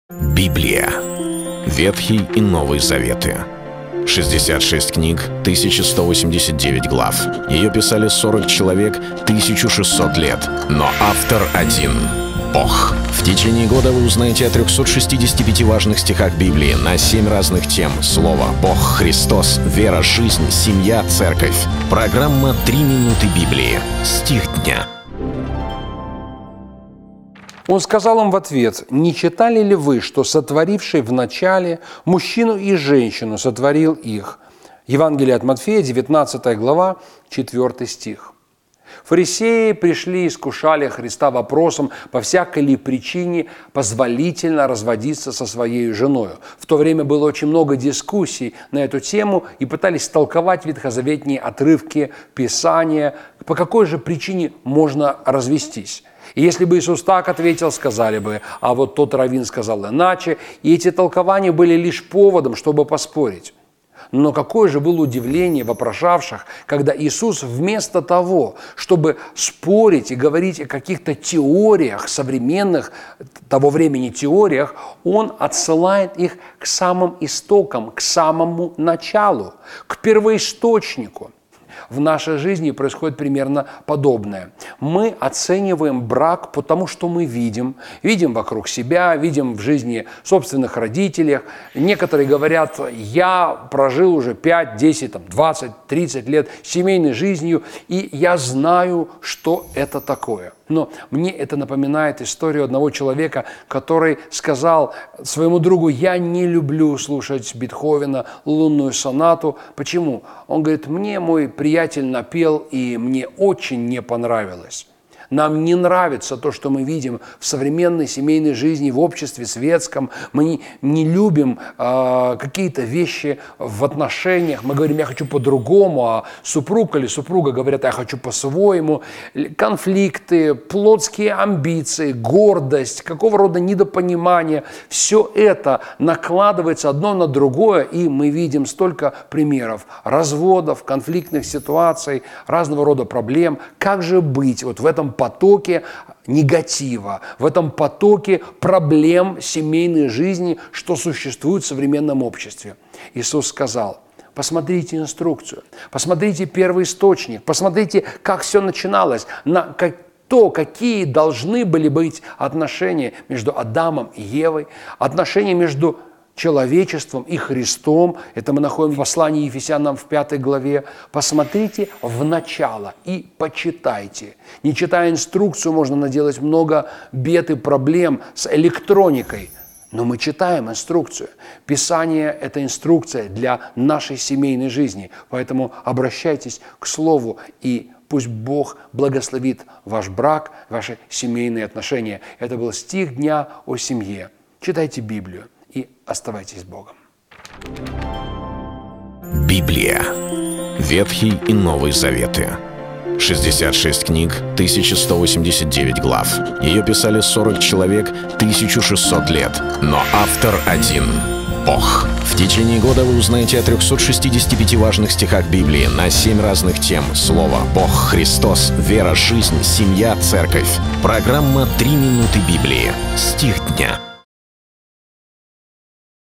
Библия. Ветхий и Новый Заветы. 66 книг, 1189 глав. Ее писали 40 человек, 1600 лет. Но автор один — Бог. В течение года вы узнаете о 365 важных стихах Библии на 7 разных тем. Слово, Бог, Христос, вера, жизнь, семья, церковь. Программа «3 минуты Библии». Стих дня. Он сказал им в ответ: «Не читали ли вы, что сотворивший в начале мужчину и женщину сотворил их?» Евангелие от Матфея, 19 глава, 4 стих. Фарисеи пришли и искушали Христа вопросом, по всякой ли причине позволительно разводиться со своей женой. В то время было очень много дискуссий на эту тему и пытались толковать ветхозаветные отрывки Писания, по какой же причине можно развестись. И если бы Иисус так ответил, сказали бы: а вот тот раввин сказал иначе. И эти толкования были лишь поводом, чтобы поспорить. Но какое же было удивление вопрошавших, когда Иисус вместо того, чтобы спорить и говорить о каких-то теориях, современных того времени теориях, Он отсылает их к самым истокам, к самому началу, к первоисточнику. В нашей жизни происходит примерно подобное. Мы оцениваем брак по тому, что мы видим. Видим вокруг себя, видим в жизни собственных родителей. Некоторые говорят: я прожил уже 5, 10, 20, 30 лет семейной жизнью, и я знаю, что это такое. Но мне это напоминает историю одного человека, который сказал своему другу: я не люблю слушать Бетховена, лунную сонату. Почему? Он говорит: мне мой приятель напел, и мне очень не понравилось. Нам не нравится то, что мы видим в современной семейной жизни, в обществе светском. Мы не любим какие-то вещи в отношениях. Мы говорим: я хочу по-другому, а супруг или супруга говорят: я хочу по-своему. Конфликты, плотские амбиции, гордость, какого рода недопонимание. Все это накладывается одно на другое, и мы видим столько примеров разводов, конфликтных ситуаций, разного рода проблем. Как же быть вот в этом потоке негатива, в этом потоке проблем семейной жизни, что существует в современном обществе? Иисус сказал: посмотрите инструкцию, посмотрите первоисточник, посмотрите, как все начиналось, какие должны были быть отношения между Адамом и Евой, отношения между человечеством и Христом. Это мы находим в послании Ефесянам в 5 главе. Посмотрите в начало и почитайте. Не читая инструкцию, можно наделать много бед и проблем с электроникой. Но мы читаем инструкцию. Писание – это инструкция для нашей семейной жизни. Поэтому обращайтесь к Слову, и пусть Бог благословит ваш брак, ваши семейные отношения. Это был стих дня о семье. Читайте Библию и оставайтесь с Богом. Библия. Ветхий и Новый Заветы. 66 книг, 1189 глав. Ее писали 40 человек, 1600 лет. Но автор один — Бог. В течение года вы узнаете о 365 важных стихах Библии на 7 разных тем. Слово, Бог, Христос, вера, жизнь, семья, церковь. Программа «3 минуты Библии». Стих дня.